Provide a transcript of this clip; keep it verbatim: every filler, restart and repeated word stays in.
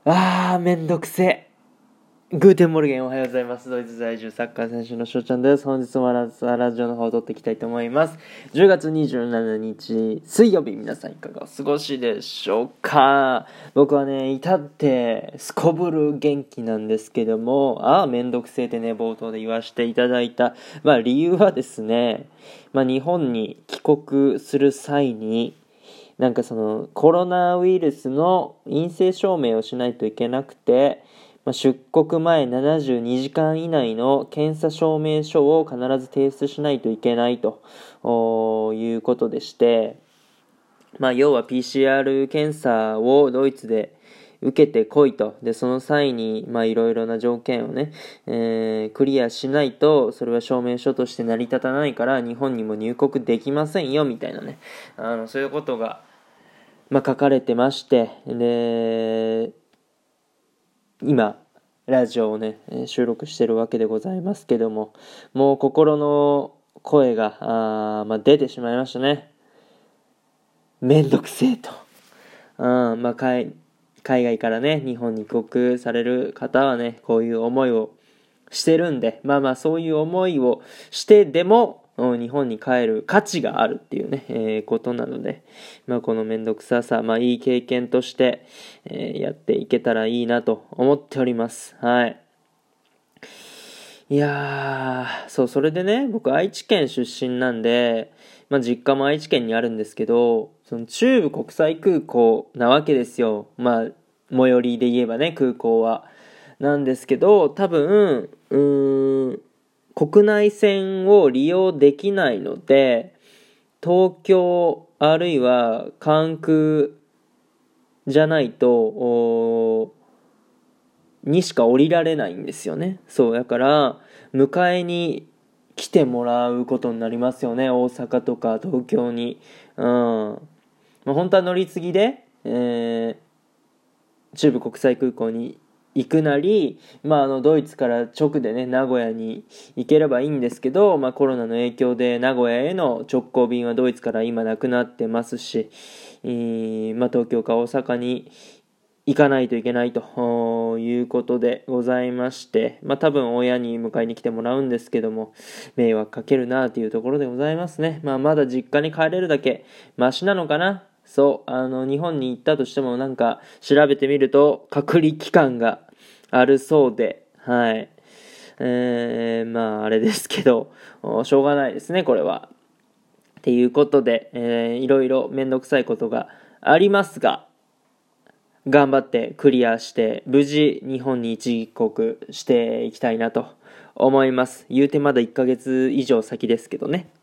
あーめんどくせえ。グーテンモルゲン、おはようございます。ドイツ在住サッカー選手のしょうちゃんです。本日もラジオの方を撮っていきたいと思います。じゅうがつにじゅうしちにち水曜日、皆さんいかがお過ごしでしょうか。僕はね、至ってすこぶる元気なんですけども、ああめんどくせえってね、冒頭で言わせていただいた、まあ理由はですね、まあ日本に帰国する際になんかそのコロナウイルスの陰性証明をしないといけなくて、まあ、出国前ななじゅうにじかん以内の検査証明書を必ず提出しないといけないということでして、まあ、要は ピーシーアール 検査をドイツで受けてこいと。で、その際に、まあ、いろいろな条件をね、えー、クリアしないと、それは証明書として成り立たないから、日本にも入国できませんよ、みたいなね。あの、そういうことが、まあ、書かれてまして、で、今、ラジオをね、収録してるわけでございますけども、もう心の声が、あまあ、出てしまいましたね。めんどくせえと。うん、まあ、海海外からね、日本に帰国される方はね、こういう思いをしてるんで、まあまあそういう思いをしてでも、日本に帰る価値があるっていうね、えー、ことなので、まあこのめんどくささ、まあいい経験として、えー、やっていけたらいいなと思っております。はい。いやー、そう、それでね、僕愛知県出身なんで、まあ実家も愛知県にあるんですけど、その中部国際空港なわけですよ。まあ、最寄りで言えばね、空港は。なんですけど、多分、うーん、国内線を利用できないので、東京あるいは関空じゃないと、にしか降りられないんですよね。そう、だから、迎えに来てもらうことになりますよね。大阪とか東京に。うん。まあ、本当は乗り継ぎで、えー、中部国際空港に行くなり、まあ、あのドイツから直でね名古屋に行ければいいんですけど、まあ、コロナの影響で名古屋への直行便はドイツから今なくなってますし、えーまあ、東京か大阪に行かないといけないということでございまして、まあ多分親に迎えに来てもらうんですけども、迷惑かけるなというところでございますね。まあまだ実家に帰れるだけマシなのかな。そう、あの日本に行ったとしてもなんか調べてみると隔離期間があるそうで、はい。えー、まああれですけど、しょうがないですね、これは。っていうことで、えー、いろいろめんどくさいことがありますが、頑張ってクリアして無事日本に一国していきたいなと思います。言うてまだいっかげつ以上先ですけどね。